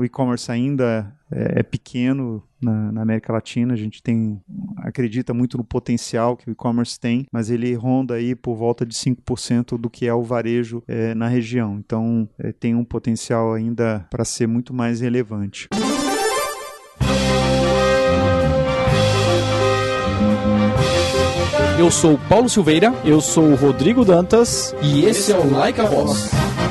o e-commerce ainda é pequeno na América Latina. A gente acredita muito no potencial que o e-commerce tem, mas ele ronda aí por volta de 5% do que é o varejo na região. Então, tem um potencial ainda para ser muito mais relevante. Eu sou o Paulo Silveira. Eu sou o Rodrigo Dantas. E esse é o Like a Boss.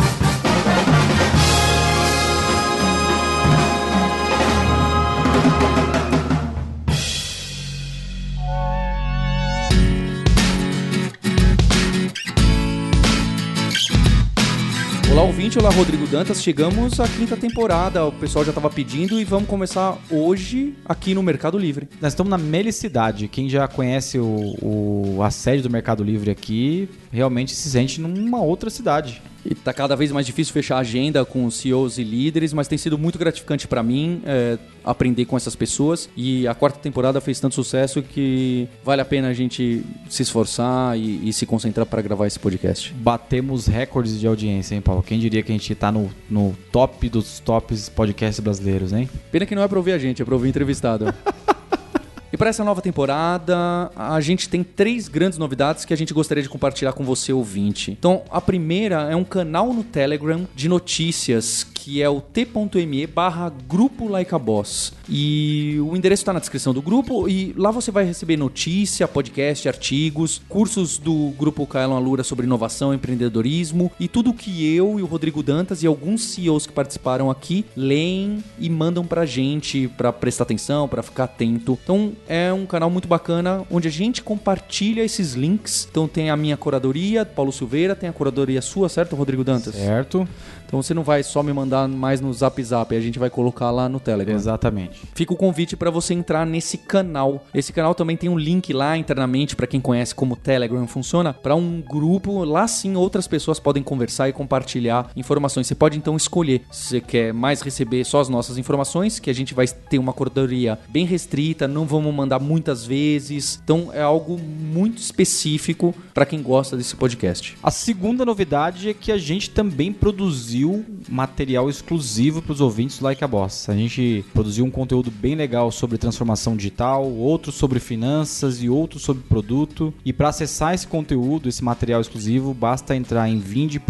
Olá, ouvinte. Olá, Rodrigo Dantas. Chegamos à 5ª temporada. O pessoal já estava pedindo e vamos começar hoje aqui no Mercado Livre. Nós estamos na Melicidade. Quem já conhece a sede do Mercado Livre aqui, realmente se sente numa outra cidade. E tá cada vez mais difícil fechar a agenda com CEOs e líderes, mas tem sido muito gratificante para mim aprender com essas pessoas. E a 4ª temporada fez tanto sucesso que vale a pena a gente se esforçar e se concentrar para gravar esse podcast. Batemos recordes de audiência, hein, Paulo? Quem diria que a gente tá no top dos tops podcasts brasileiros, hein? Pena que não é para ouvir a gente, é para ouvir entrevistado. E para essa nova temporada, a gente tem 3 grandes novidades que a gente gostaria de compartilhar com você, ouvinte. Então, a primeira é um canal no Telegram de notícias, que é o t.me/grupo Like a Boss. E o endereço está na descrição do grupo, e lá você vai receber notícia, podcast, artigos, cursos do grupo Kaelon Alura sobre inovação e empreendedorismo, e tudo que eu e o Rodrigo Dantas e alguns CEOs que participaram aqui leem e mandam pra gente, pra prestar atenção, pra ficar atento. Então, é um canal muito bacana, onde a gente compartilha esses links. Então tem a minha curadoria, Paulo Silveira, tem a curadoria sua, certo, Rodrigo Dantas? Certo. Então você não vai só me mandar mais no Zap, a gente vai colocar lá no Telegram. Exatamente. Fica o convite para você entrar nesse canal. Esse canal também tem um link lá internamente, para quem conhece como o Telegram funciona, para um grupo. Lá sim outras pessoas podem conversar e compartilhar informações. Você pode então escolher se você quer mais receber só as nossas informações, que a gente vai ter uma curadoria bem restrita, não vamos mandar muitas vezes. Então é algo muito específico para quem gosta desse podcast. A segunda novidade é que a gente também produziu material exclusivo para os ouvintes do Like a Boss. A gente produziu um conteúdo bem legal sobre transformação digital, outro sobre finanças e outro sobre produto. E para acessar esse conteúdo, esse material exclusivo, basta entrar em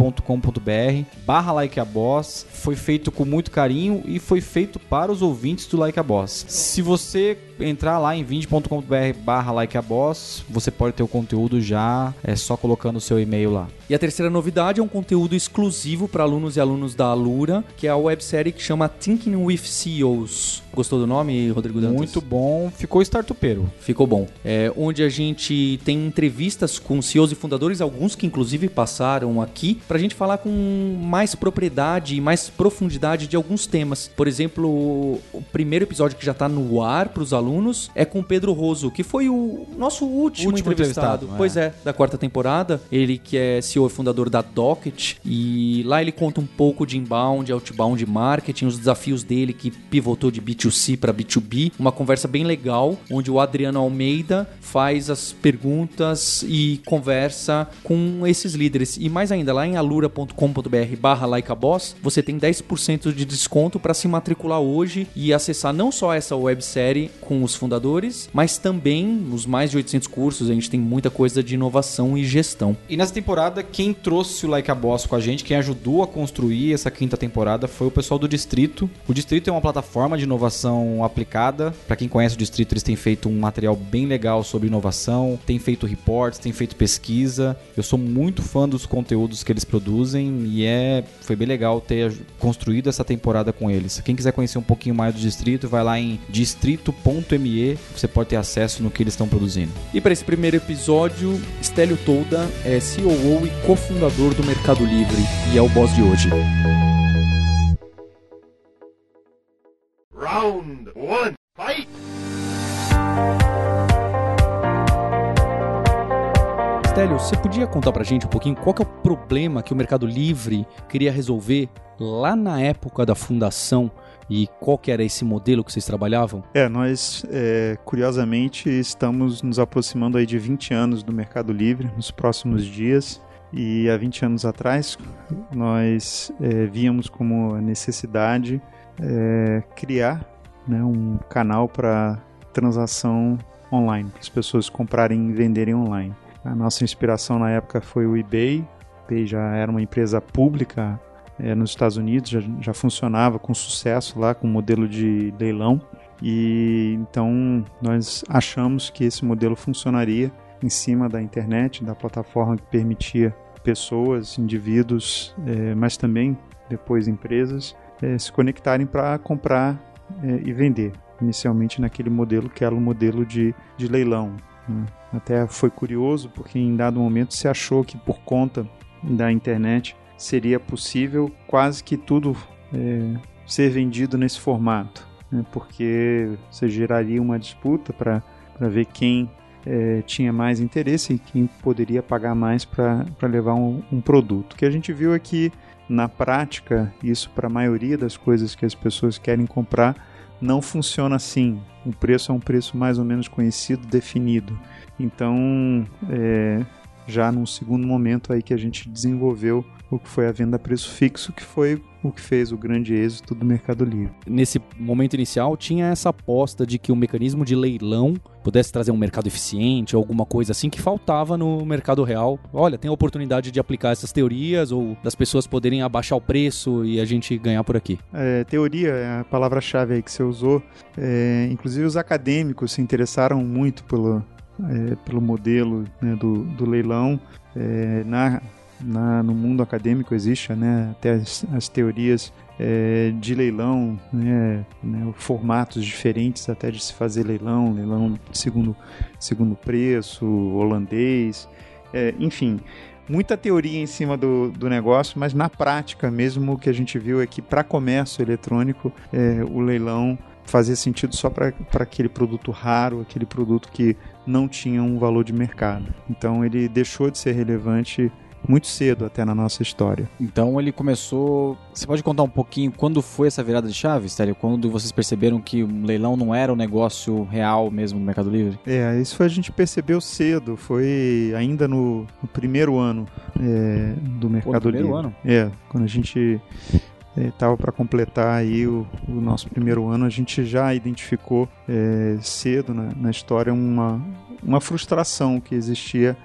vindi.com.br/likeaboss. Foi feito com muito carinho e foi feito para os ouvintes do Like a Boss. Se você entrar lá em vindi.com.br/likeaboss, você pode ter o conteúdo já, só colocando o seu e-mail lá. E a terceira novidade é um conteúdo exclusivo para alunos e alunos da Alura, que é a websérie que chama Thinking with CEOs. Gostou do nome, Rodrigo Dantas? Muito bom, ficou startupeiro. Ficou bom. Onde a gente tem entrevistas com CEOs e fundadores, alguns que inclusive passaram aqui, pra gente falar com mais propriedade e mais profundidade de alguns temas. Por exemplo, o primeiro episódio que já tá no ar pros alunos é com o Pedro Roso, que foi o nosso último entrevistado. Pois é, da 4ª temporada. Ele que é CEO e fundador da Docket, e lá ele conta um pouco de inbound, outbound marketing, os desafios dele que pivotou de B2C para B2B. Uma conversa bem legal, onde o Adriano Almeida faz as perguntas e conversa com esses líderes. E mais ainda, lá em alura.com.br/likeaboss, você tem 10% de desconto para se matricular hoje e acessar não só essa websérie com os fundadores, mas também os mais de 800 cursos. A gente tem muita coisa de inovação e gestão. E nessa temporada, quem trouxe o Like a Boss com a gente, quem ajudou a construir essa 5ª temporada foi o pessoal do Distrito. O Distrito é uma plataforma de inovação aplicada. Para quem conhece o Distrito, eles têm feito um material bem legal sobre inovação, têm feito reports, têm feito pesquisa. Eu sou muito fã dos conteúdos que eles produzem e foi bem legal ter construído essa temporada com eles. Quem quiser conhecer um pouquinho mais do Distrito, vai lá em distrito.me, você pode ter acesso no que eles estão produzindo. E para esse primeiro episódio, Stélio Tolda é COO e cofundador do Mercado Livre e é o boss de hoje. Round 1, fight! Stélio, você podia contar pra gente um pouquinho qual que é o problema que o Mercado Livre queria resolver lá na época da fundação e qual que era esse modelo que vocês trabalhavam? Nós, curiosamente, estamos nos aproximando aí de 20 anos do Mercado Livre nos próximos dias. E há 20 anos atrás, nós víamos como necessidade criar, né, um canal para transação online, para as pessoas comprarem e venderem online. A nossa inspiração na época foi o eBay. O eBay já era uma empresa pública nos Estados Unidos, já funcionava com sucesso lá, com modelo de leilão. E então nós achamos que esse modelo funcionaria em cima da internet, da plataforma que permitia pessoas, indivíduos, mas também depois empresas, se conectarem para comprar e vender. Inicialmente naquele modelo que era o modelo de leilão, né? Até foi curioso porque em dado momento se achou que por conta da internet seria possível quase que tudo ser vendido nesse formato, né? Porque você geraria uma disputa para ver quem tinha mais interesse e quem poderia pagar mais para levar um produto. O que a gente viu é que na prática, isso para a maioria das coisas que as pessoas querem comprar não funciona assim. O preço é um preço mais ou menos conhecido, definido. Então, já num segundo momento aí que a gente desenvolveu o que foi a venda a preço fixo, que foi o que fez o grande êxito do Mercado Livre. Nesse momento inicial, tinha essa aposta de que o mecanismo de leilão pudesse trazer um mercado eficiente ou alguma coisa assim que faltava no mercado real. Olha, tem a oportunidade de aplicar essas teorias ou das pessoas poderem abaixar o preço e a gente ganhar por aqui. Teoria é a palavra-chave aí que você usou. Inclusive os acadêmicos se interessaram muito pelo modelo, né, do leilão. No mundo acadêmico existe, né, até as teorias de leilão, né, formatos diferentes até de se fazer leilão segundo preço, holandês, enfim, muita teoria em cima do negócio, mas na prática mesmo o que a gente viu é que para comércio eletrônico o leilão fazia sentido só para aquele produto raro, aquele produto que não tinha um valor de mercado. Então ele deixou de ser relevante muito cedo até na nossa história. Então ele começou... Você pode contar um pouquinho quando foi essa virada de chave, Stélio? Quando vocês perceberam que o leilão não era um negócio real mesmo no Mercado Livre? Isso a gente percebeu cedo. Foi ainda no primeiro ano do Mercado Livre. No primeiro ano? Quando a gente estava para completar aí o nosso primeiro ano, a gente já identificou cedo na história uma frustração que existia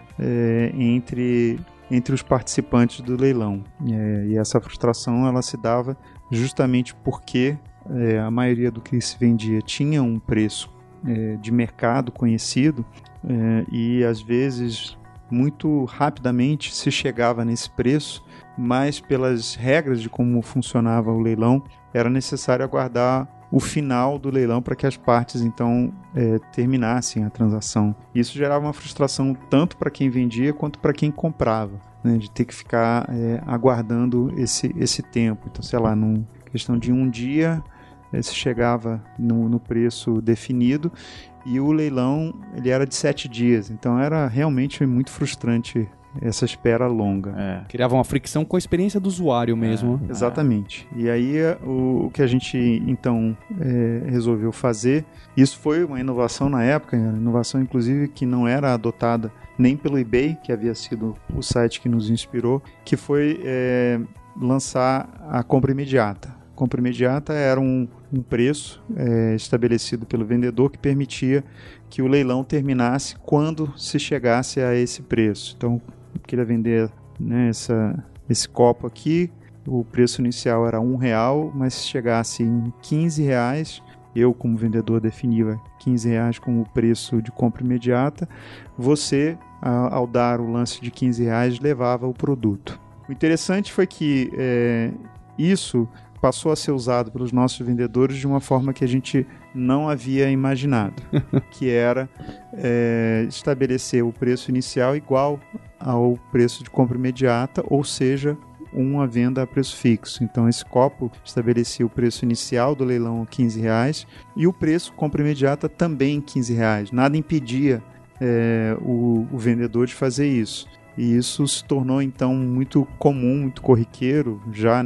entre os participantes do leilão. E essa frustração ela se dava justamente porque a maioria do que se vendia tinha um preço de mercado conhecido e às vezes muito rapidamente se chegava nesse preço, mas pelas regras de como funcionava o leilão era necessário aguardar o final do leilão para que as partes então terminassem a transação. Isso gerava uma frustração tanto para quem vendia quanto para quem comprava, né, de ter que ficar aguardando esse tempo. Então, sei lá, numa questão de um dia se chegava no preço definido e o leilão ele era de 7 dias. Então era realmente muito frustrante essa espera longa. Criava uma fricção com a experiência do usuário mesmo. Exatamente. E aí o que a gente então resolveu fazer, isso foi uma inovação na época, inovação inclusive que não era adotada nem pelo eBay, que havia sido o site que nos inspirou, que foi lançar a compra imediata. A compra imediata era um preço estabelecido pelo vendedor que permitia que o leilão terminasse quando se chegasse a esse preço. Então, eu queria vender, né, esse copo aqui, o preço inicial era R$1, mas se chegasse em R$15, eu como vendedor definia R$15 como o preço de compra imediata, você, ao dar o lance de R$15, levava o produto. O interessante foi que isso passou a ser usado pelos nossos vendedores de uma forma que a gente não havia imaginado, que era estabelecer o preço inicial igual ao preço de compra imediata, ou seja, uma venda a preço fixo. Então esse copo estabelecia o preço inicial do leilão a R$15 e o preço compra imediata também R$15. Nada impedia o vendedor de fazer isso. E isso se tornou então muito comum, muito corriqueiro já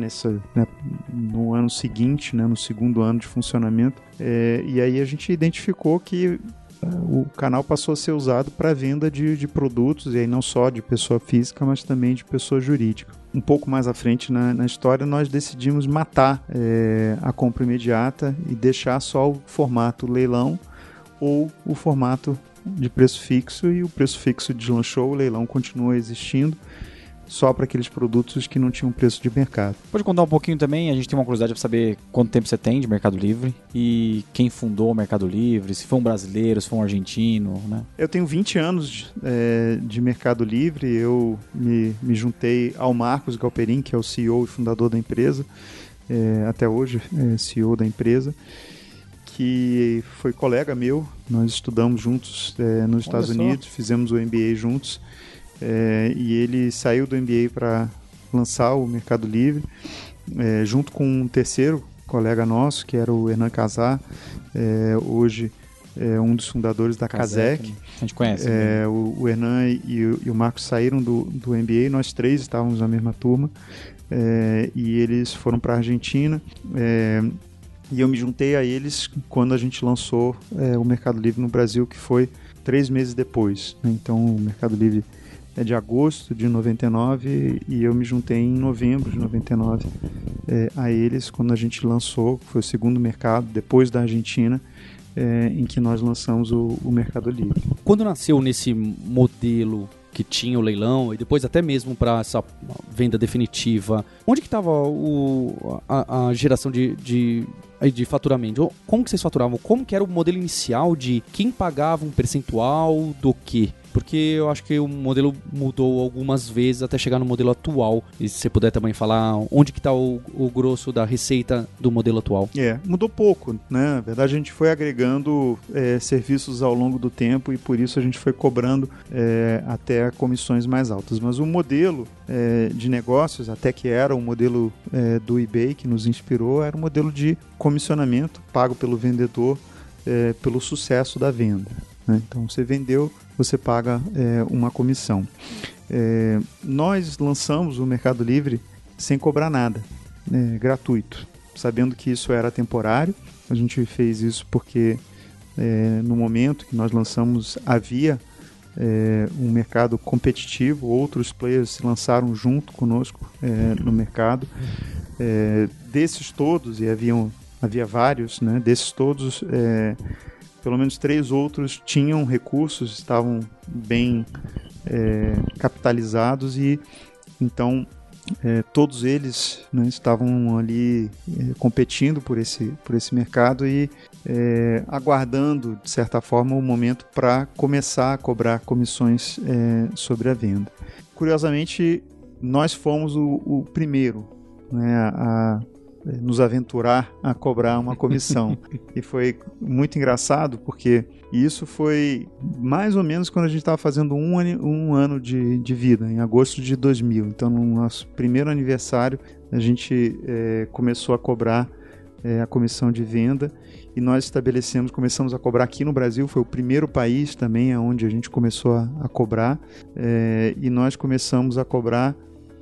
no ano seguinte, né, no segundo ano de funcionamento. E aí a gente identificou que o canal passou a ser usado para venda de produtos, e aí não só de pessoa física, mas também de pessoa jurídica. Um pouco mais à frente na história, nós decidimos matar a compra imediata e deixar só o formato leilão ou o formato de preço fixo, e o preço fixo deslanchou, o leilão continua existindo, só para aqueles produtos que não tinham preço de mercado. Pode contar um pouquinho também? A gente tem uma curiosidade para saber quanto tempo você tem de Mercado Livre e quem fundou o Mercado Livre, se foi um brasileiro, se foi um argentino, né? Eu tenho 20 anos de Mercado Livre. Eu me juntei ao Marcos Galperin, que é o CEO e fundador da empresa, até hoje CEO da empresa, que foi colega meu. Nós estudamos juntos nos Estados Unidos, fizemos o MBA juntos. E ele saiu do MBA para lançar o Mercado Livre, junto com um terceiro colega nosso, que era o Hernan Casar, hoje um dos fundadores da Kazek. A gente conhece. O Hernan e o Marcos saíram do MBA, nós três estávamos na mesma turma, e eles foram para a Argentina, e eu me juntei a eles quando a gente lançou o Mercado Livre no Brasil, que foi 3 meses depois, né? Então o Mercado Livre é de agosto de 99 e eu me juntei em novembro de 99 a eles quando a gente lançou, foi o segundo mercado depois da Argentina, em que nós lançamos o Mercado Livre. Quando nasceu nesse modelo que tinha o leilão e depois até mesmo para essa venda definitiva, onde que estava a geração de faturamento? Como que vocês faturavam? Como que era o modelo inicial de quem pagava um percentual do quê? Porque eu acho que o modelo mudou algumas vezes até chegar no modelo atual. E se você puder também falar onde que está o grosso da receita do modelo atual. Mudou pouco, né? Na verdade, a gente foi agregando serviços ao longo do tempo e por isso a gente foi cobrando até comissões mais altas. Mas o modelo de negócios, até que era o modelo do eBay que nos inspirou, era um modelo de comissionamento pago pelo vendedor pelo sucesso da venda, né? Então, você vendeu, você paga uma comissão. Nós lançamos o Mercado Livre sem cobrar nada, gratuito, sabendo que isso era temporário. A gente fez isso porque no momento que nós lançamos havia um mercado competitivo, outros players se lançaram junto conosco no mercado. Desses todos, e havia vários, né? Desses todos, pelo menos 3 outros tinham recursos, estavam bem capitalizados e então todos eles, né, estavam ali competindo por esse mercado e aguardando, de certa forma, o momento para começar a cobrar comissões sobre a venda. Curiosamente, nós fomos o primeiro, né, a nos aventurar a cobrar uma comissão. E foi muito engraçado porque isso foi mais ou menos quando a gente estava fazendo um ano de vida, em agosto de 2000. Então, no nosso primeiro aniversário, a gente começou a cobrar a comissão de venda e nós começamos a cobrar aqui no Brasil, foi o primeiro país também onde a gente começou a cobrar, e nós começamos a cobrar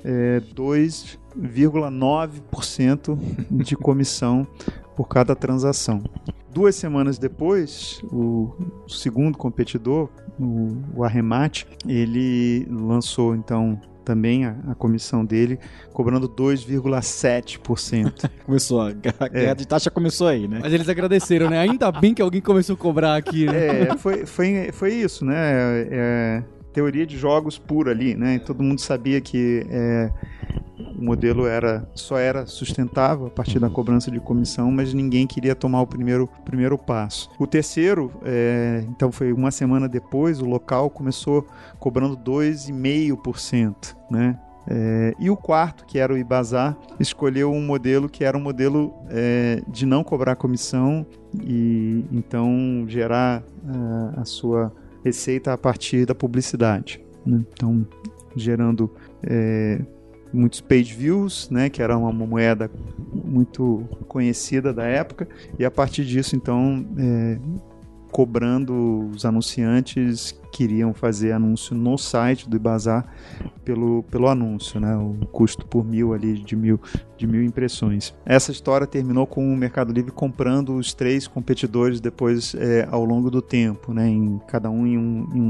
2,9% de comissão por cada transação. 2 semanas depois, o segundo competidor, o Arremate, ele lançou então também a comissão dele, cobrando 2,7%. Começou, a guerra de taxa começou aí, né? Mas eles agradeceram, né? Ainda bem que alguém começou a cobrar aqui, né? Foi isso, né? Teoria de jogos pura ali, né? Todo mundo sabia que o modelo só era sustentável a partir da cobrança de comissão, mas ninguém queria tomar o primeiro passo. O terceiro, então foi 1 semana depois, o local começou cobrando 2,5%, né? E o quarto, que era o Ibazar, escolheu um modelo que era um modelo de não cobrar comissão e então gerar a sua receita a partir da publicidade, né? Então, gerando muitos page views, né, que era uma moeda muito conhecida da época, e a partir disso, então, cobrando os anunciantes que iriam fazer anúncio no site do Ibazar pelo anúncio, né? O custo por 1.000 ali de 1.000 impressões. Essa história terminou com o Mercado Livre comprando os 3 competidores depois ao longo do tempo, né? Cada um em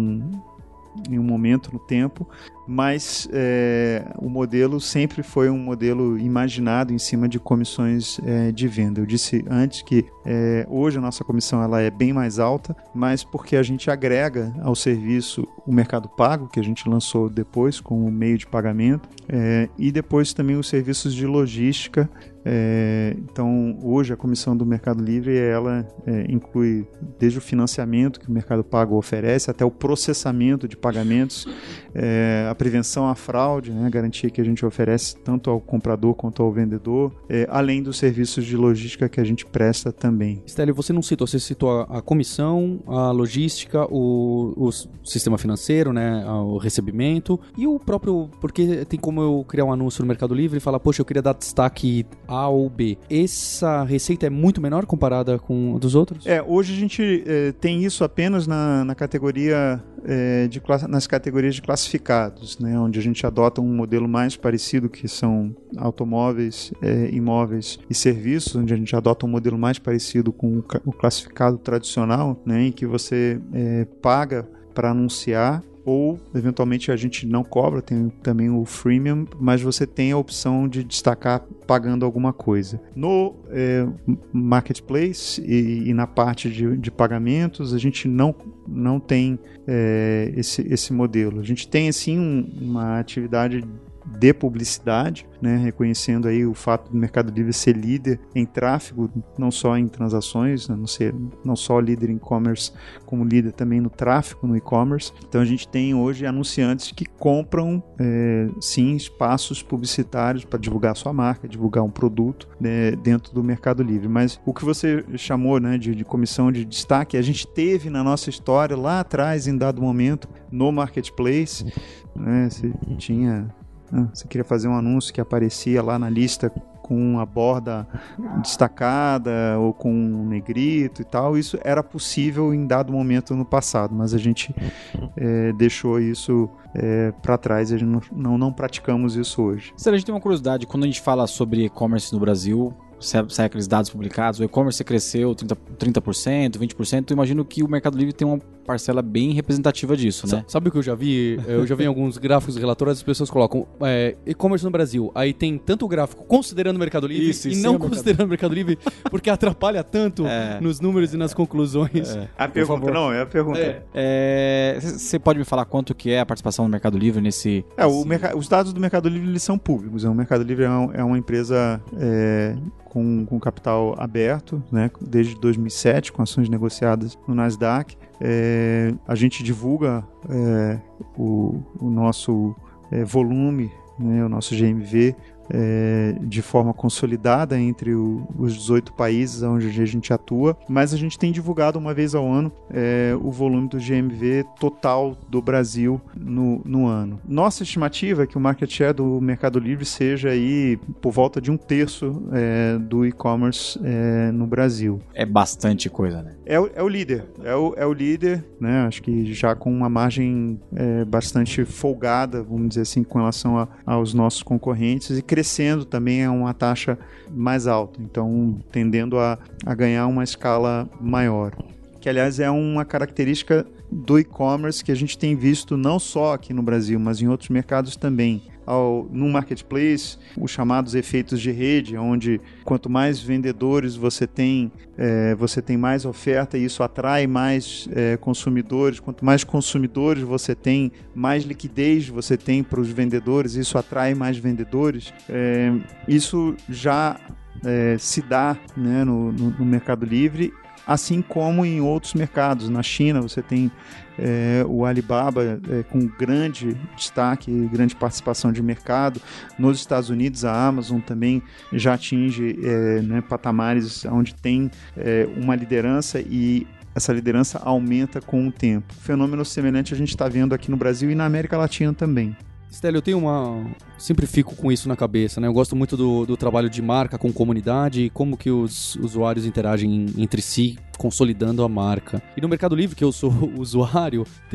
um momento no tempo, mas o modelo sempre foi um modelo imaginado em cima de comissões de venda. Eu disse antes que hoje a nossa comissão ela é bem mais alta, mas porque a gente agrega ao serviço o Mercado Pago, que a gente lançou depois com o meio de pagamento, e depois também os serviços de logística. Então, hoje a comissão do Mercado Livre ela inclui desde o financiamento que o Mercado Pago oferece até o processamento de pagamentos, a prevenção à fraude, né, a garantia que a gente oferece tanto ao comprador quanto ao vendedor, além dos serviços de logística que a gente presta também. Stélio, você não citou, você citou a comissão, a logística, o sistema financeiro, né, o recebimento e o próprio, porque tem como eu criar um anúncio no Mercado Livre e falar, poxa, eu queria dar destaque A ou B. Essa receita é muito menor comparada com a dos outros? Hoje a gente tem isso apenas na categoria nas categorias de classificados, né, onde a gente adota um modelo mais parecido, que são automóveis, imóveis e serviços, onde a gente adota um modelo mais parecido com o classificado tradicional, né, em que você paga para anunciar, ou eventualmente a gente não cobra, tem também o freemium, mas você tem a opção de destacar pagando alguma coisa. No marketplace e na parte de pagamentos, a gente não tem esse modelo. A gente tem assim uma atividade de publicidade, né, reconhecendo aí o fato do Mercado Livre ser líder em tráfego, não só em transações, né, não só líder em e-commerce, como líder também no tráfego no e-commerce. Então a gente tem hoje anunciantes que compram sim espaços publicitários para divulgar sua marca, divulgar um produto, né, dentro do Mercado Livre. Mas o que você chamou, né, de comissão de destaque, a gente teve na nossa história lá atrás, em dado momento, no marketplace, né, você queria fazer um anúncio que aparecia lá na lista com a borda destacada ou com um negrito e tal. Isso era possível em dado momento no passado, mas a gente deixou isso para trás. A gente não praticamos isso hoje. A gente tem uma curiosidade. Quando a gente fala sobre e-commerce no Brasil, sai aqueles dados publicados, o e-commerce cresceu 30%, 20%, eu imagino que o Mercado Livre tem uma parcela bem representativa disso, né? Sabe o que eu já vi? Eu já vi em alguns gráficos relatórios, as pessoas colocam e-commerce no Brasil, aí tem tanto o gráfico considerando o Mercado Livre e não considerando o Mercado Livre, porque atrapalha tanto nos números e nas conclusões. A pergunta não, é a pergunta. Você pode me falar quanto que é a participação do Mercado Livre nesse... Os dados do Mercado Livre eles são públicos. O Mercado Livre é uma empresa com capital aberto, né, desde 2007, com ações negociadas no Nasdaq. A gente divulga o nosso volume, né, o nosso GMV, de forma consolidada entre os 18 países onde a gente atua, mas a gente tem divulgado uma vez ao ano o volume do GMV total do Brasil no ano. Nossa estimativa é que o market share do Mercado Livre seja aí por volta de 1/3 do e-commerce no Brasil. É bastante coisa, né? É o líder, é o líder, né? Acho que já com uma margem bastante folgada, vamos dizer assim, com relação aos nossos concorrentes, e crescendo também a uma taxa mais alta, então tendendo a ganhar uma escala maior, que aliás é uma característica do e-commerce que a gente tem visto não só aqui no Brasil, mas em outros mercados também. No marketplace, os chamados efeitos de rede, onde quanto mais vendedores você tem mais oferta e isso atrai mais consumidores. Quanto mais consumidores você tem, mais liquidez você tem para os vendedores, isso atrai mais vendedores. Isso já se dá, né, no Mercado Livre, assim como em outros mercados. Na China você tem o Alibaba com grande destaque, grande participação de mercado. Nos Estados Unidos a Amazon também já atinge patamares onde tem uma liderança e essa liderança aumenta com o tempo. Fenômeno semelhante a gente está vendo aqui no Brasil e na América Latina também. Stélio, eu tenho uma sempre fico com isso na cabeça, né? Eu gosto muito do trabalho de marca com comunidade e como que os usuários interagem entre si, consolidando a marca. E no Mercado Livre, que eu sou usuário, tem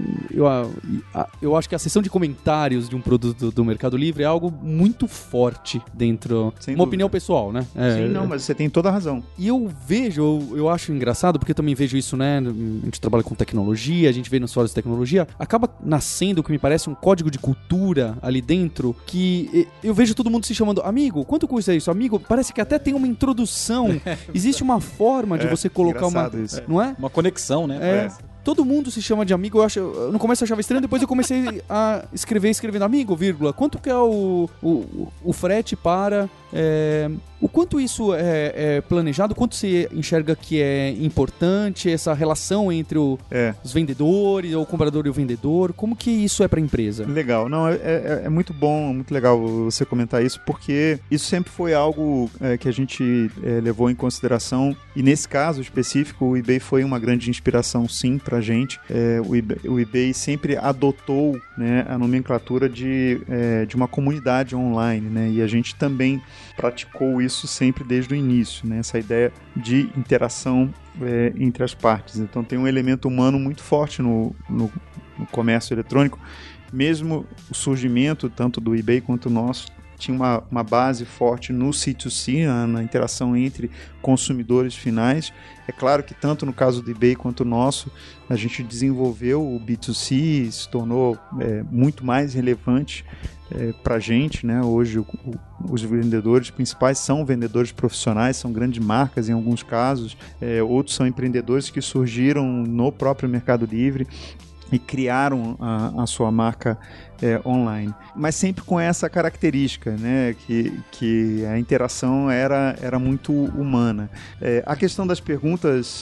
eu acho que a seção de comentários de um produto do Mercado Livre é algo muito forte dentro... Sem uma dúvida. opinião pessoal, né? Sim, não, mas você tem toda a razão. E eu vejo, eu acho engraçado, porque eu também vejo isso, né? A gente trabalha com tecnologia, a gente vê nos fóruns de tecnologia, acaba nascendo o que me parece um código de cultura ali dentro, que eu vejo todo mundo se chamando amigo, quanto custa isso? Amigo, parece que até tem uma introdução. Existe uma forma de você colocar isso. não é? Uma conexão, né? Parece. Todo mundo se chama de amigo, eu no começo eu achava estranho, depois eu comecei a escrevendo amigo, vírgula, quanto que é o frete para... o quanto isso é planejado, quanto você enxerga que é importante, essa relação entre os vendedores, o comprador e o vendedor, como que isso é para a empresa? Legal, não, é muito bom, muito legal você comentar isso, porque isso sempre foi algo que a gente levou em consideração, e nesse caso específico, o eBay foi uma grande inspiração, sim, para a gente. O eBay sempre adotou, né, a nomenclatura de uma comunidade online, né, e a gente também praticou isso sempre desde o início, né, essa ideia de interação entre as partes. Então tem um elemento humano muito forte no comércio eletrônico, mesmo o surgimento tanto do eBay quanto o nosso tinha uma base forte no C2C, na interação entre consumidores finais. É claro que tanto no caso do eBay quanto o nosso, a gente desenvolveu o B2C, se tornou muito mais relevante para a gente, né? Hoje os vendedores principais são vendedores profissionais, são grandes marcas em alguns casos, outros são empreendedores que surgiram no próprio Mercado Livre e criaram a sua marca online, mas sempre com essa característica, né, que a interação era muito humana. A questão das perguntas,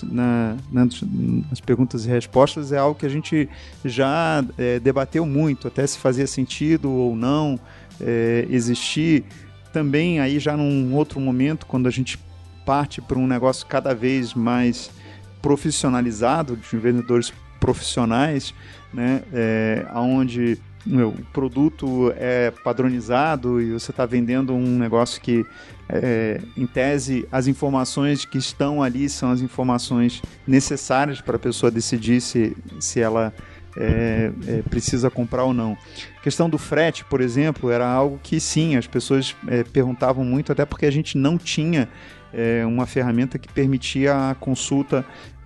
nas perguntas e respostas, é algo que a gente já debateu muito, até se fazia sentido ou não existir. Também aí já num outro momento, quando a gente parte para um negócio cada vez mais profissionalizado, de vendedores profissionais, né, onde o produto é padronizado e você está vendendo um negócio que, em tese, as informações que estão ali são as informações necessárias para a pessoa decidir se ela precisa comprar ou não. A questão do frete, por exemplo, era algo que sim, as pessoas perguntavam muito, até porque a gente não tinha uma ferramenta que permitia a consulta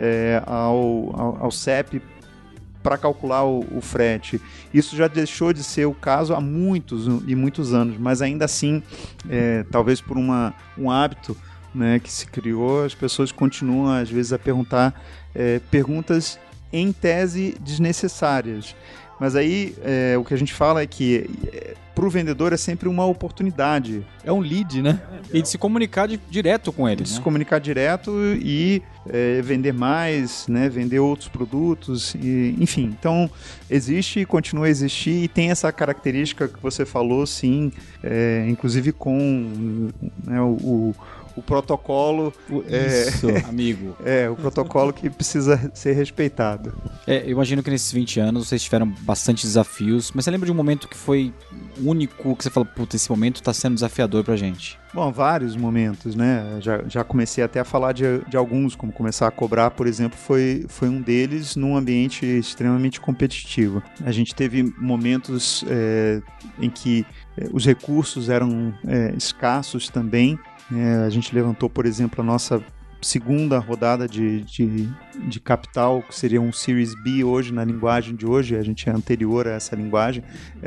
ao CEP para calcular o frete. Isso já deixou de ser o caso há muitos anos, mas ainda assim, talvez por um hábito, né, que se criou, as pessoas continuam às vezes a perguntar perguntas em tese desnecessárias. Mas aí o que a gente fala é que para o vendedor é sempre uma oportunidade. É um lead, né? E de se comunicar direto com ele. De se comunicar direto e vender mais, né? Vender outros produtos, enfim. Então, existe e continua a existir e tem essa característica que você falou, sim, inclusive com, né, o protocolo, Isso, amigo. O protocolo que precisa ser respeitado. Eu imagino que nesses 20 anos vocês tiveram bastante desafios, mas você lembra de um momento que foi único, que você falou, puta, esse momento está sendo desafiador pra gente? Bom, vários momentos, né? Já comecei até a falar de alguns, como começar a cobrar, por exemplo, foi um deles num ambiente extremamente competitivo. A gente teve momentos em que os recursos eram escassos também. A gente levantou, por exemplo, a nossa segunda rodada de capital, que seria um Series B hoje, na linguagem de hoje, a gente é anterior a essa linguagem,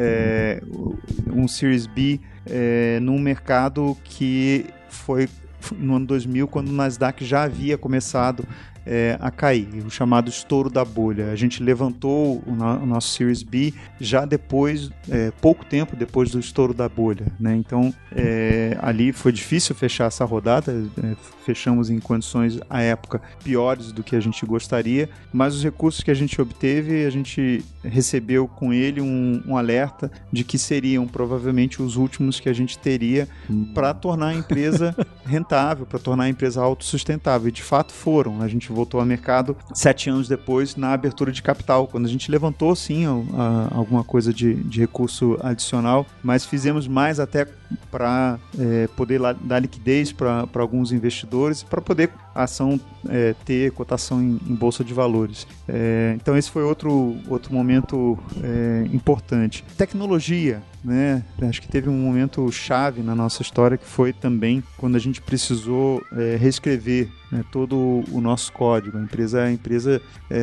um Series B num mercado que foi no ano 2000, quando o Nasdaq já havia começado a cair, o chamado estouro da bolha. A gente levantou o nosso Series B já depois, pouco tempo depois do estouro da bolha, né? Então, ali foi difícil fechar essa rodada, fechamos em condições, à época, piores do que a gente gostaria, mas os recursos que a gente obteve, a gente recebeu com ele um alerta de que seriam provavelmente os últimos que a gente teria para tornar a empresa rentável. rentável, para tornar a empresa autossustentável. E de fato foram. A gente voltou ao mercado 7 anos depois na abertura de capital, quando a gente levantou sim alguma coisa de recurso adicional, mas fizemos mais até para poder dar liquidez para alguns investidores, para poder a ação ter cotação em bolsa de valores. Então esse foi outro momento importante. Tecnologia, né? Acho que teve um momento chave na nossa história, que foi também quando a gente precisou reescrever, né, todo o nosso código. A empresa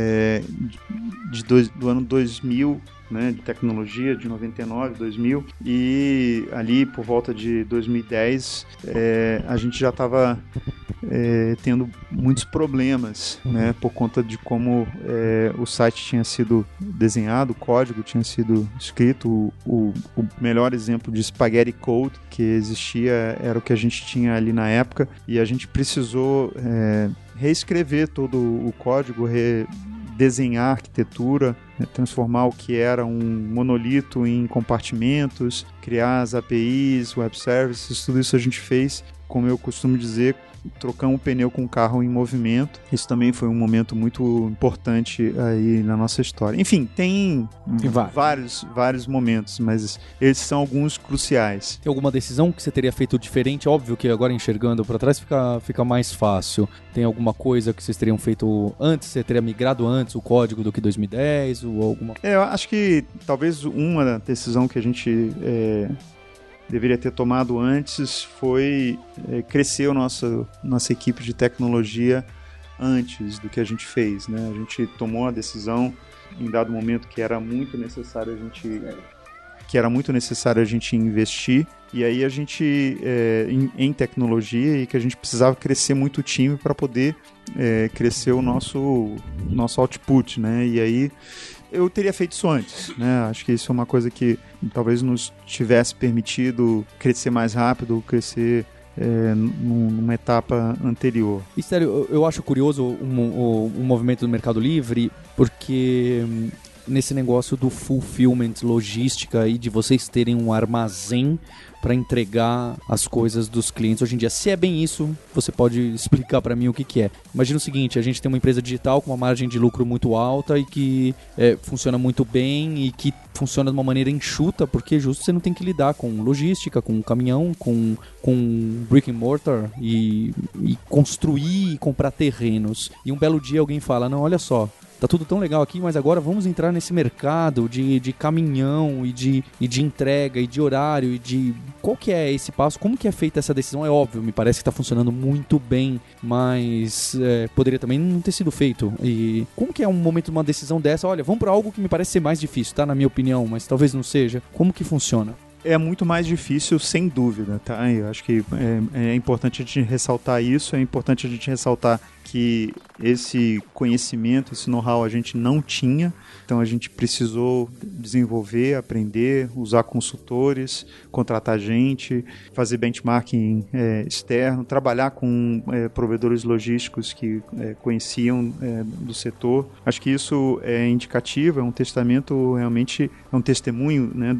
do ano 2000, né, de tecnologia, de 99, 2000, e ali por volta de 2010 a gente já estava tendo muitos problemas, né, por conta de como o site tinha sido desenhado, o código tinha sido escrito. O melhor exemplo de Spaghetti Code que existia era o que a gente tinha ali na época, e a gente precisou reescrever todo o código, desenhar a arquitetura, transformar o que era um monolito em compartimentos, criar as APIs, web services, tudo isso a gente fez, como eu costumo dizer, trocar um pneu com um carro em movimento. Isso também foi um momento muito importante aí na nossa história. Enfim, tem vários momentos, mas esses são alguns cruciais. Tem alguma decisão que você teria feito diferente? Óbvio que agora enxergando para trás fica mais fácil. Tem alguma coisa que vocês teriam feito antes? Você teria migrado antes o código do que 2010? Ou alguma... Eu acho que talvez uma decisão que a gente deveria ter tomado antes foi crescer a nossa equipe de tecnologia antes do que a gente fez, né? A gente tomou a decisão em dado momento que era muito necessário a gente investir, e aí a gente em tecnologia, e que a gente precisava crescer muito o time para poder crescer o nosso output, né? E aí eu teria feito isso antes, né? Acho que isso é uma coisa que talvez nos tivesse permitido crescer mais rápido, crescer numa etapa anterior. E sério, eu acho curioso o movimento do Mercado Livre, porque nesse negócio do fulfillment, logística, e de vocês terem um armazém para entregar as coisas dos clientes hoje em dia. Se é bem isso, você pode explicar para mim o que é. Imagina o seguinte, a gente tem uma empresa digital com uma margem de lucro muito alta e que funciona muito bem e que funciona de uma maneira enxuta, porque justo você não tem que lidar com logística, com caminhão, com brick and mortar e construir e comprar terrenos. E um belo dia alguém fala, não, olha só, tá tudo tão legal aqui, mas agora vamos entrar nesse mercado de caminhão e de entrega e de horário e de... Qual que é esse passo? Como que é feita essa decisão? É óbvio, me parece que está funcionando muito bem, mas poderia também não ter sido feito. E como que é um momento de uma decisão dessa? Olha, vamos para algo que me parece ser mais difícil, tá? Na minha opinião, mas talvez não seja. Como que funciona? É muito mais difícil, sem dúvida, tá? Eu acho que é importante a gente ressaltar isso, é importante a gente ressaltar que esse conhecimento, esse know-how a gente não tinha, então a gente precisou desenvolver, aprender, usar consultores, contratar gente, fazer benchmarking externo, trabalhar com provedores logísticos que conheciam do setor. Acho que isso é indicativo, é um testamento, realmente é um testemunho, né,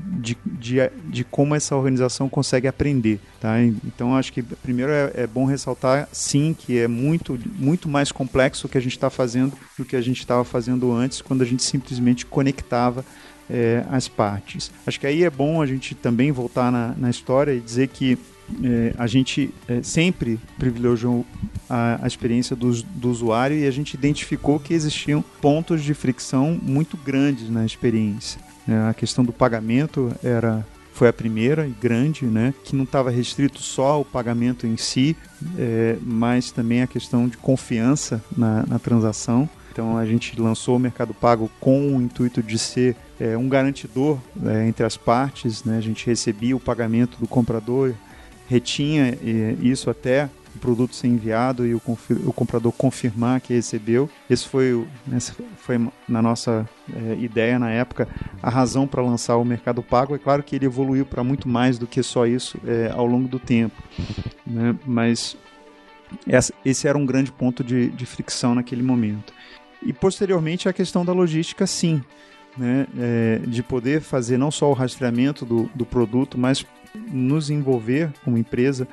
de como essa organização consegue aprender, tá? Então acho que primeiro é bom ressaltar, sim, que é muito mais complexo o que a gente está fazendo do que a gente estava fazendo antes, quando a gente simplesmente conectava as partes. Acho que aí é bom a gente também voltar na história e dizer que a gente sempre privilegiou a experiência do usuário, e a gente identificou que existiam pontos de fricção muito grandes na experiência. A questão do pagamento foi a primeira e grande, né, que não estava restrito só ao pagamento em si, mas também a questão de confiança na transação. Então a gente lançou o Mercado Pago com o intuito de ser um garantidor entre as partes, né? A gente recebia o pagamento do comprador, retinha isso até o produto ser enviado e o comprador confirmar que recebeu. Essa foi na nossa ideia na época, a razão para lançar o Mercado Pago. É claro que ele evoluiu para muito mais do que só isso ao longo do tempo, né? Mas esse era um grande ponto de fricção naquele momento. E posteriormente a questão da logística, sim, né? De poder fazer não só o rastreamento do produto, mas nos envolver como empresa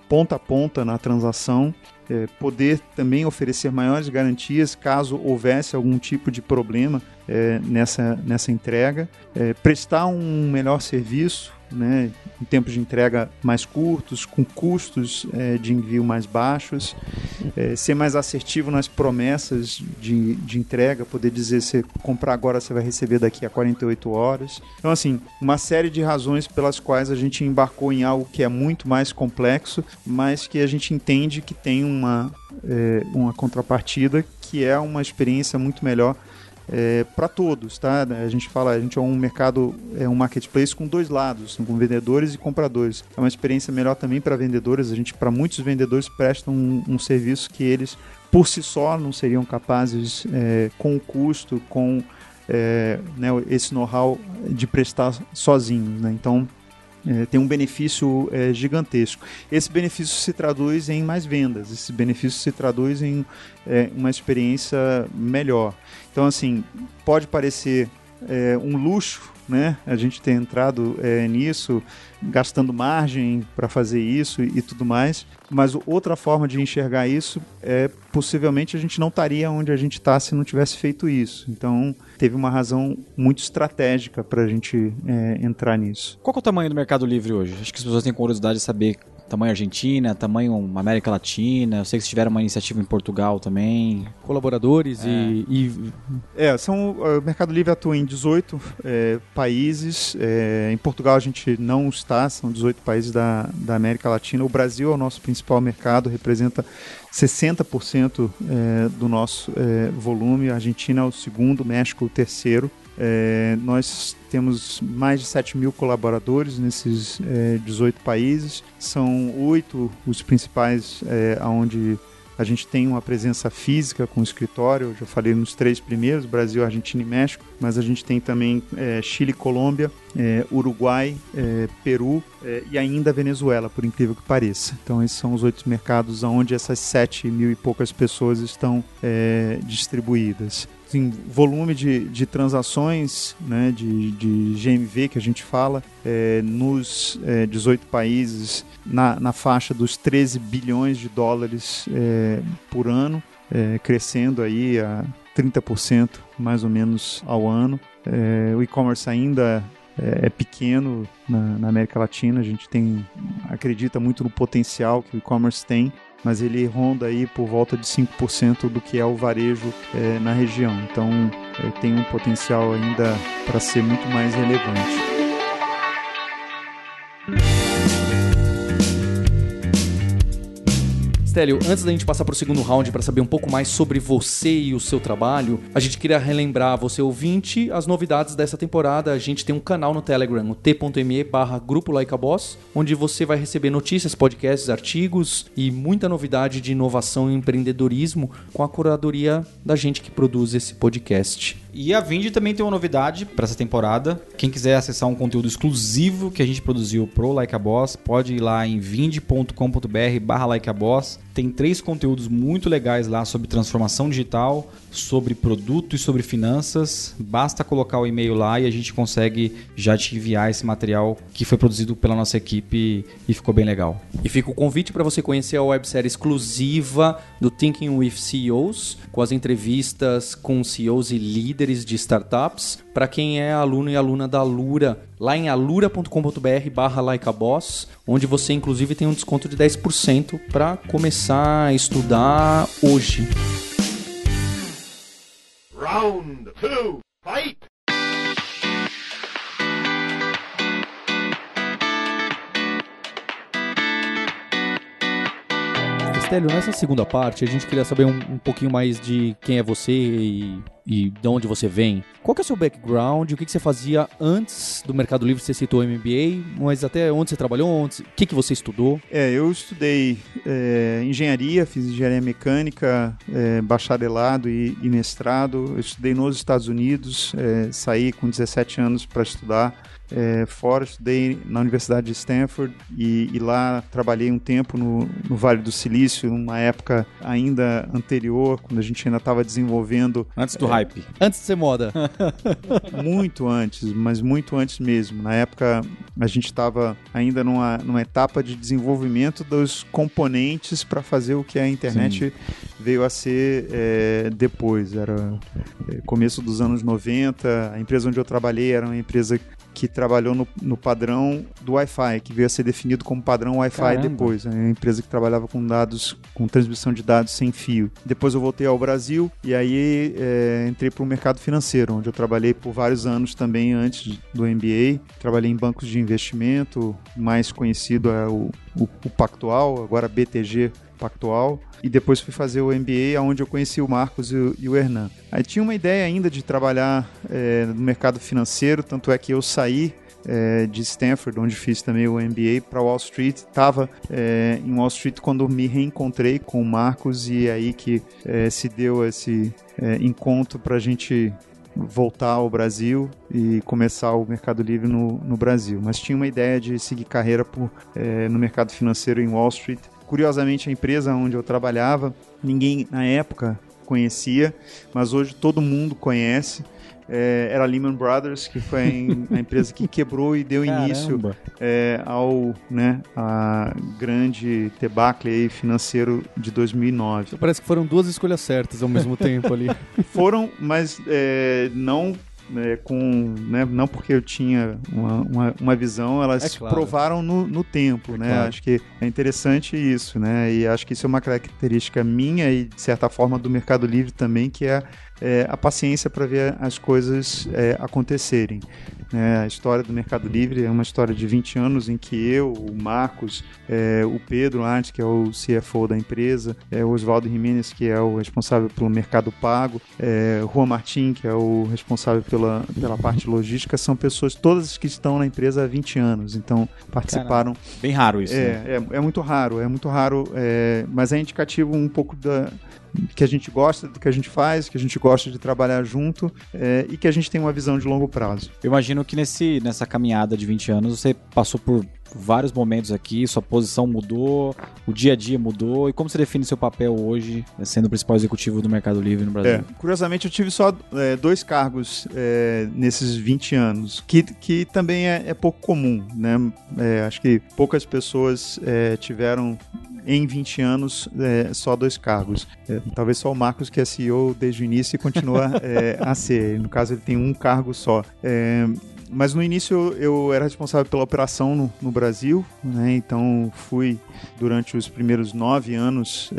ponta a ponta na transação, poder também oferecer maiores garantias caso houvesse algum tipo de problema nessa entrega, prestar um melhor serviço, né, em tempos de entrega mais curtos, com custos de envio mais baixos, ser mais assertivo nas promessas de entrega, poder dizer, se comprar agora você vai receber daqui a 48 horas. Então, assim, uma série de razões pelas quais a gente embarcou em algo que é muito mais complexo, mas que a gente entende que tem uma contrapartida, que é uma experiência muito melhor para todos, tá? A gente é um mercado, um marketplace com dois lados, com vendedores e compradores. É uma experiência melhor também para vendedores. Para muitos vendedores, prestam um serviço que eles, por si só, não seriam capazes, com o custo, com esse know-how, de prestar sozinhos, né? Então, tem um benefício gigantesco. Esse benefício se traduz em mais vendas, esse benefício se traduz em uma experiência melhor. Então, assim, pode parecer um luxo, né, a gente ter entrado nisso, gastando margem para fazer isso e tudo mais, mas outra forma de enxergar isso possivelmente a gente não estaria onde a gente está se não tivesse feito isso. Então, teve uma razão muito estratégica para a gente entrar nisso. Qual que é o tamanho do Mercado Livre hoje? Acho que as pessoas têm curiosidade de saber tamanho Argentina, tamanho América Latina. Eu sei que vocês tiveram uma iniciativa em Portugal também. Colaboradores o Mercado Livre atua em 18 países. Em Portugal a gente não está, são 18 países da América Latina. O Brasil é o nosso principal mercado, representa 60% do nosso volume. A Argentina é o segundo, México o terceiro. Nós temos mais de 7 mil colaboradores nesses 18 países. São 8 os principais onde a gente tem uma presença física com o escritório. Eu já falei nos 3 primeiros, Brasil, Argentina e México, mas a gente tem também Chile, Colômbia, Uruguai, Peru e ainda Venezuela, por incrível que pareça. Então esses são os 8 mercados onde essas 7 mil e poucas pessoas estão distribuídas. Assim, volume de transações, né, de GMV que a gente fala, nos 18 países, na faixa dos 13 bilhões de dólares por ano, crescendo aí a 30% mais ou menos ao ano. O e-commerce ainda é pequeno na América Latina. A gente acredita muito no potencial que o e-commerce tem, mas ele ronda aí por volta de 5% do que é o varejo na região. Então, tem um potencial ainda para ser muito mais relevante. Stélio, antes da gente passar para o segundo round para saber um pouco mais sobre você e o seu trabalho, a gente queria relembrar você, ouvinte, as novidades dessa temporada. A gente tem um canal no Telegram, o t.me/Grupo Like a Boss, onde você vai receber notícias, podcasts, artigos e muita novidade de inovação e empreendedorismo com a curadoria da gente que produz esse podcast. E a Vindi também tem uma novidade para essa temporada. Quem quiser acessar um conteúdo exclusivo que a gente produziu pro Like a Boss, pode ir lá em vindi.com.br/likeaboss. Tem 3 conteúdos muito legais lá sobre transformação digital, sobre produto e sobre finanças. Basta colocar o e-mail lá e a gente consegue já te enviar esse material que foi produzido pela nossa equipe e ficou bem legal. E fica o convite para você conhecer a websérie exclusiva do Thinking with CEOs, com as entrevistas com CEOs e líderes de startups, para quem é aluno e aluna da Alura, lá em alura.com.br/likeaboss, onde você inclusive tem um desconto de 10% para começar a estudar hoje. Round 2, fight! Stélio, nessa segunda parte, a gente queria saber um pouquinho mais de quem é você e de onde você vem. Qual que é o seu background? O que você fazia antes do Mercado Livre? Você citou MBA, mas até onde você trabalhou? O que você estudou? Eu estudei engenharia, fiz engenharia mecânica, bacharelado e mestrado. Eu estudei nos Estados Unidos, saí com 17 anos para estudar. Fora, estudei na Universidade de Stanford e lá trabalhei um tempo no Vale do Silício, numa época ainda anterior, quando a gente ainda estava desenvolvendo... Antes do hype. Antes de ser moda. Muito antes, mas muito antes mesmo. Na época, a gente estava ainda numa etapa de desenvolvimento dos componentes para fazer o que a internet veio a ser depois. Era começo dos anos 90, a empresa onde eu trabalhei era uma empresa que trabalhou no padrão do Wi-Fi, que veio a ser definido como padrão Wi-Fi depois. É uma empresa que trabalhava com dados, com transmissão de dados sem fio. Depois eu voltei ao Brasil e aí entrei para o mercado financeiro, onde eu trabalhei por vários anos também antes do MBA. Trabalhei em bancos de investimento, mais conhecido é o Pactual, agora BTG Pactual, e depois fui fazer o MBA, onde eu conheci o Marcos e o Hernan. Aí tinha uma ideia ainda de trabalhar no mercado financeiro, tanto é que eu saí de Stanford, onde fiz também o MBA, para Wall Street. Estava em Wall Street quando me reencontrei com o Marcos, e aí que se deu esse encontro para a gente voltar ao Brasil e começar o Mercado Livre no Brasil. Mas tinha uma ideia de seguir carreira no mercado financeiro em Wall Street. Curiosamente, a empresa onde eu trabalhava, ninguém na época conhecia, mas hoje todo mundo conhece. Era a Lehman Brothers, que foi a empresa que quebrou e deu início a grande debacle financeiro de 2009. Parece que foram duas escolhas certas ao mesmo tempo ali. Foram, mas não... não porque eu tinha uma visão, elas provaram no tempo, né? Claro. Acho que é interessante isso, né? E acho que isso é uma característica minha e, de certa forma, do Mercado Livre também, que é a paciência para ver as coisas acontecerem. A história do Mercado Livre é uma história de 20 anos em que eu, o Marcos, o Pedro Arndt, que é o CFO da empresa, o Oswaldo Jimenez, que é o responsável pelo Mercado Pago, Juan Martin, que é o responsável pela parte logística, são pessoas todas que estão na empresa há 20 anos, então participaram. Caramba. Bem raro isso. É muito raro, mas é indicativo um pouco que a gente gosta do que a gente faz, que a gente gosta de trabalhar junto e que a gente tem uma visão de longo prazo. Eu imagino que nessa caminhada de 20 anos você passou por vários momentos aqui, sua posição mudou, o dia a dia mudou. E como você define seu papel hoje, sendo o principal executivo do Mercado Livre no Brasil? Curiosamente, eu tive só 2 cargos nesses 20 anos, que também é pouco comum, né? Acho que poucas pessoas tiveram em 20 anos só 2 cargos. Talvez só o Marcos, que é CEO desde o início e continua a ser. No caso, ele tem um cargo só. Mas no início eu era responsável pela operação no Brasil, né? Então fui durante os primeiros 9 anos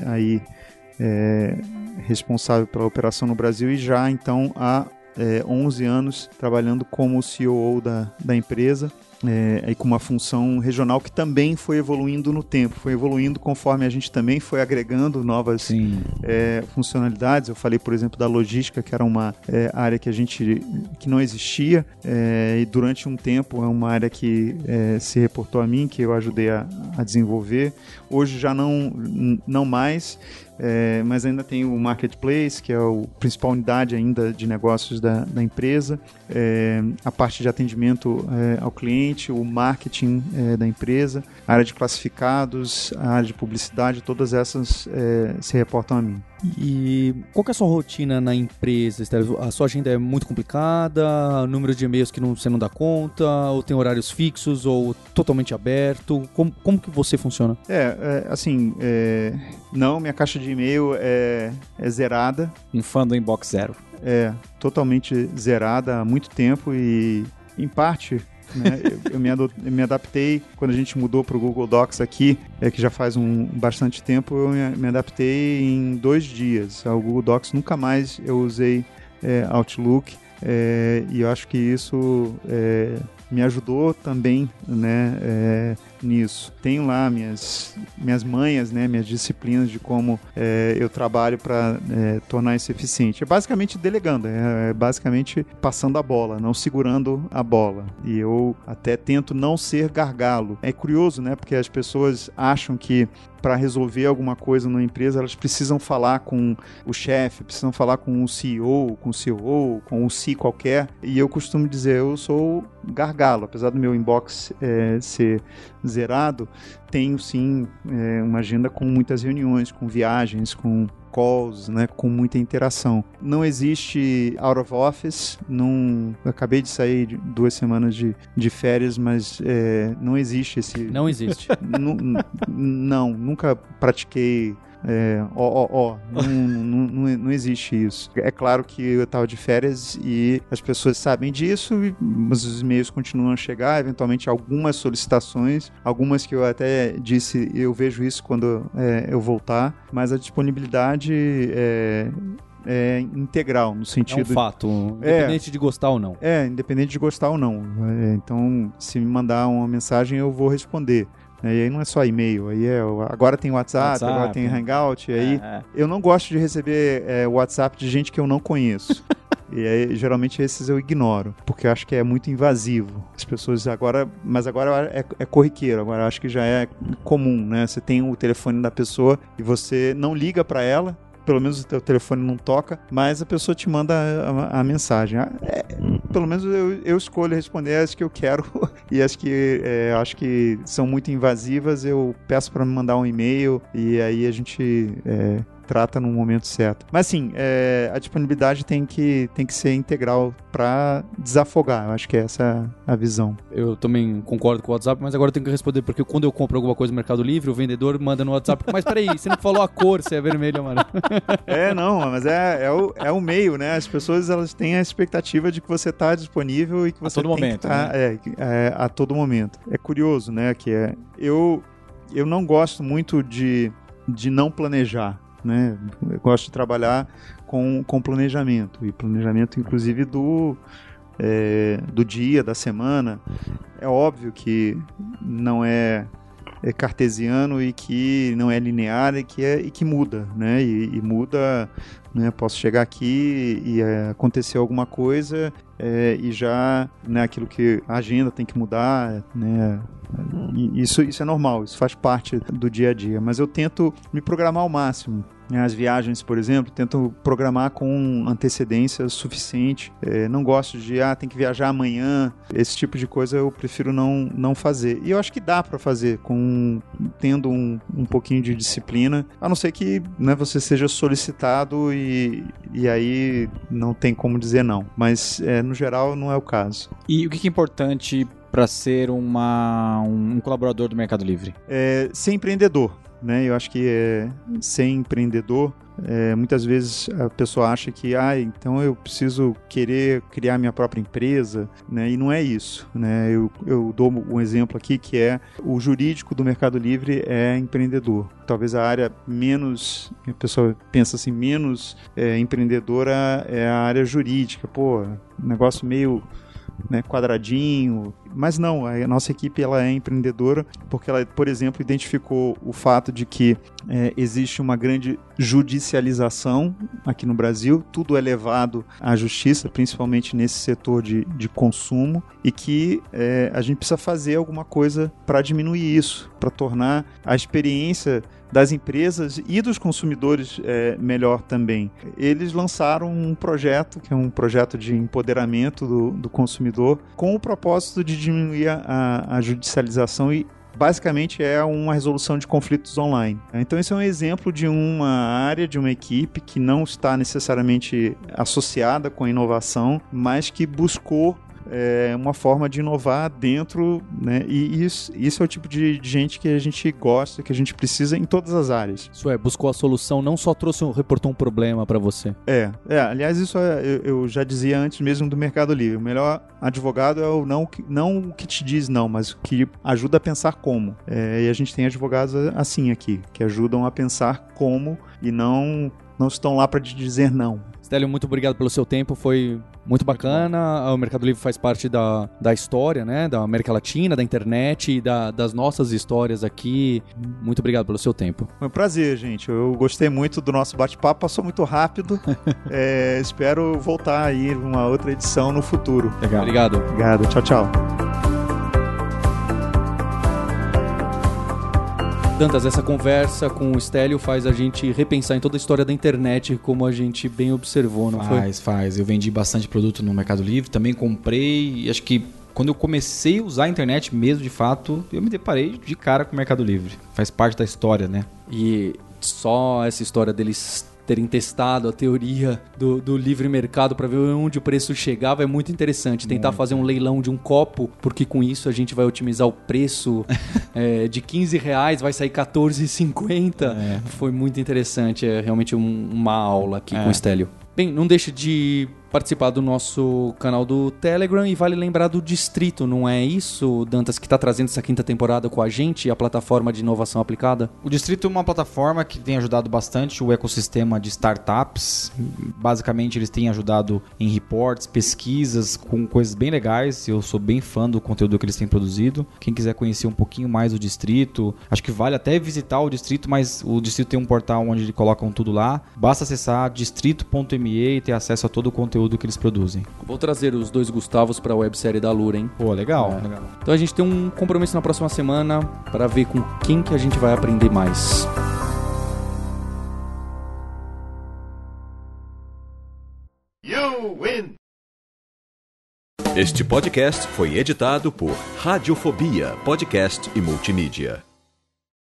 responsável pela operação no Brasil e já então há 11 anos trabalhando como COO da empresa. E com uma função regional que também foi evoluindo no tempo, foi evoluindo conforme a gente também foi agregando novas funcionalidades. Eu falei, por exemplo, da logística, que era uma área que não existia, e durante um tempo é uma área que se reportou a mim, que eu ajudei a desenvolver. Hoje já não mais, mas ainda tem o Marketplace, que é a principal unidade ainda de negócios da empresa, a parte de atendimento ao cliente, o marketing da empresa, a área de classificados, a área de publicidade, todas essas se reportam a mim. E qual que é a sua rotina na empresa, Estélio? A sua agenda é muito complicada, número de e-mails que você não dá conta, ou tem horários fixos, ou totalmente aberto? Como que você funciona? Não, minha caixa de e-mail é zerada. Um fã do inbox zero. Totalmente zerada há muito tempo e, em parte... eu me adaptei quando a gente mudou para o Google Docs aqui, que já faz bastante tempo. Eu me adaptei em 2 dias ao Google Docs. Nunca mais eu usei Outlook, e eu acho que isso me ajudou também, né, nisso. Tenho lá minhas manhas, né, minhas disciplinas de como eu trabalho para tornar isso eficiente. É basicamente delegando, é basicamente passando a bola, não segurando a bola. E eu até tento não ser gargalo. É curioso, né, porque as pessoas acham que para resolver alguma coisa numa empresa, elas precisam falar com o chefe, precisam falar com o CEO, com o COO, com o C qualquer. E eu costumo dizer, eu sou gargalo, apesar do meu inbox ser zerado, tenho sim uma agenda com muitas reuniões, com viagens, com calls, né, com muita interação. Não existe out of office, eu acabei de sair de 2 semanas de férias, mas não existe esse... Não existe. Não, nunca pratiquei... não existe isso. É claro que eu estava de férias e as pessoas sabem disso, mas os e-mails continuam a chegar, eventualmente algumas solicitações, algumas que eu até disse, eu vejo isso quando eu voltar, mas a disponibilidade é integral, no sentido... É um fato, independente de gostar ou não. Independente de gostar ou não. Então, se me mandar uma mensagem, eu vou responder. E aí não é só e-mail, aí agora tem WhatsApp, agora tem Hangout, e aí eu não gosto de receber WhatsApp de gente que eu não conheço. E aí, geralmente esses eu ignoro, porque eu acho que é muito invasivo. As pessoas mas agora é corriqueiro, agora eu acho que já é comum, né? Você tem o telefone da pessoa e você não liga para ela, pelo menos o teu telefone não toca, mas a pessoa te manda a mensagem. Pelo menos eu escolho responder as que eu quero e as que acho que são muito invasivas, eu peço para me mandar um e-mail e aí a gente trata no momento certo. Mas sim, a disponibilidade tem que ser integral para desafogar. Eu acho que essa é a visão. Eu também concordo com o WhatsApp, mas agora eu tenho que responder, porque quando eu compro alguma coisa no Mercado Livre, o vendedor manda no WhatsApp, mas peraí, você não falou a cor, se é vermelho ou amarelo. Não, mas é o meio, né? As pessoas, elas têm a expectativa de que você está disponível e que você tem que estar a todo momento. É curioso, né? Que eu não gosto muito de não planejar, né? Eu gosto de trabalhar com planejamento, e planejamento inclusive do dia, da semana. É óbvio que não é cartesiano e que não é linear e que muda, né? E muda, né? Posso chegar aqui e acontecer alguma coisa e já, né, aquilo que a agenda tem que mudar, né? E isso é normal, isso faz parte do dia a dia, mas eu tento me programar ao máximo. As viagens, por exemplo, tento programar com antecedência suficiente. Não gosto de, tem que viajar amanhã. Esse tipo de coisa eu prefiro não fazer. E eu acho que dá para fazer tendo um pouquinho de disciplina, a não ser que, né, você seja solicitado e aí não tem como dizer não. Mas, no geral, não é o caso. E o que é importante para ser um colaborador do Mercado Livre? Ser empreendedor. Né? Eu acho que ser empreendedor, muitas vezes a pessoa acha que então eu preciso querer criar minha própria empresa, né? E não é isso, né? Eu dou um exemplo aqui que o jurídico do Mercado Livre é empreendedor. Talvez a área a pessoa pensa assim, menos empreendedora é a área jurídica. Negócio meio, né, quadradinho, mas não, a nossa equipe ela é empreendedora porque ela, por exemplo, identificou o fato de que existe uma grande judicialização aqui no Brasil, tudo é levado à justiça, principalmente nesse setor de consumo, e que a gente precisa fazer alguma coisa para diminuir isso, para tornar a experiência das empresas e dos consumidores melhor também. Eles lançaram um projeto, que é um projeto de empoderamento do consumidor, com o propósito de diminuir a judicialização e basicamente é uma resolução de conflitos online. Então esse é um exemplo de uma área, de uma equipe que não está necessariamente associada com a inovação, mas que buscou uma forma de inovar dentro, né? E isso é o tipo de gente que a gente gosta, que a gente precisa em todas as áreas. Isso buscou a solução, não só reportou um problema para você. Aliás, isso eu já dizia antes mesmo do Mercado Livre. O melhor advogado é o não o que te diz não, mas o que ajuda a pensar como. E a gente tem advogados assim aqui, que ajudam a pensar como e não estão lá para te dizer não. Stélio, muito obrigado pelo seu tempo, foi muito bacana. O Mercado Livre faz parte da história, né, da América Latina, da internet e das nossas histórias aqui. Muito obrigado pelo seu tempo. Foi um prazer, gente. Eu gostei muito do nosso bate-papo, passou muito rápido. Espero voltar aí numa outra edição no futuro. Legal. Obrigado. Obrigado. Tchau, tchau. Dantas, essa conversa com o Stélio faz a gente repensar em toda a história da internet, como a gente bem observou, não foi? Faz. Eu vendi bastante produto no Mercado Livre, também comprei, e acho que Quando eu comecei a usar a internet mesmo, de fato, eu me deparei de cara com o Mercado Livre. Faz parte da história, né? E só essa história deles terem testado a teoria do livre mercado para ver onde o preço chegava é muito interessante. Tentar fazer um leilão de um copo, porque com isso a gente vai otimizar o preço de R$15, vai sair R$14,50. Foi muito interessante. É realmente uma aula aqui com o Stélio. Bem, não deixe de participar do nosso canal do Telegram e vale lembrar do Distrito, não é isso, Dantas, que está trazendo essa 5ª temporada com a gente, a plataforma de inovação aplicada? O Distrito é uma plataforma que tem ajudado bastante o ecossistema de startups. Basicamente, eles têm ajudado em reports, pesquisas, com coisas bem legais. Eu sou bem fã do conteúdo que eles têm produzido. Quem quiser conhecer um pouquinho mais do Distrito, acho que vale até visitar o Distrito, mas o Distrito tem um portal onde eles colocam tudo lá. Basta acessar distrito.me e ter acesso a todo o conteúdo que eles produzem. Vou trazer os 2 Gustavos para a websérie da Lura, hein? Pô, legal, legal. Então a gente tem um compromisso na próxima semana para ver com quem que a gente vai aprender mais. You win! Este podcast foi editado por Radiofobia, podcast e multimídia.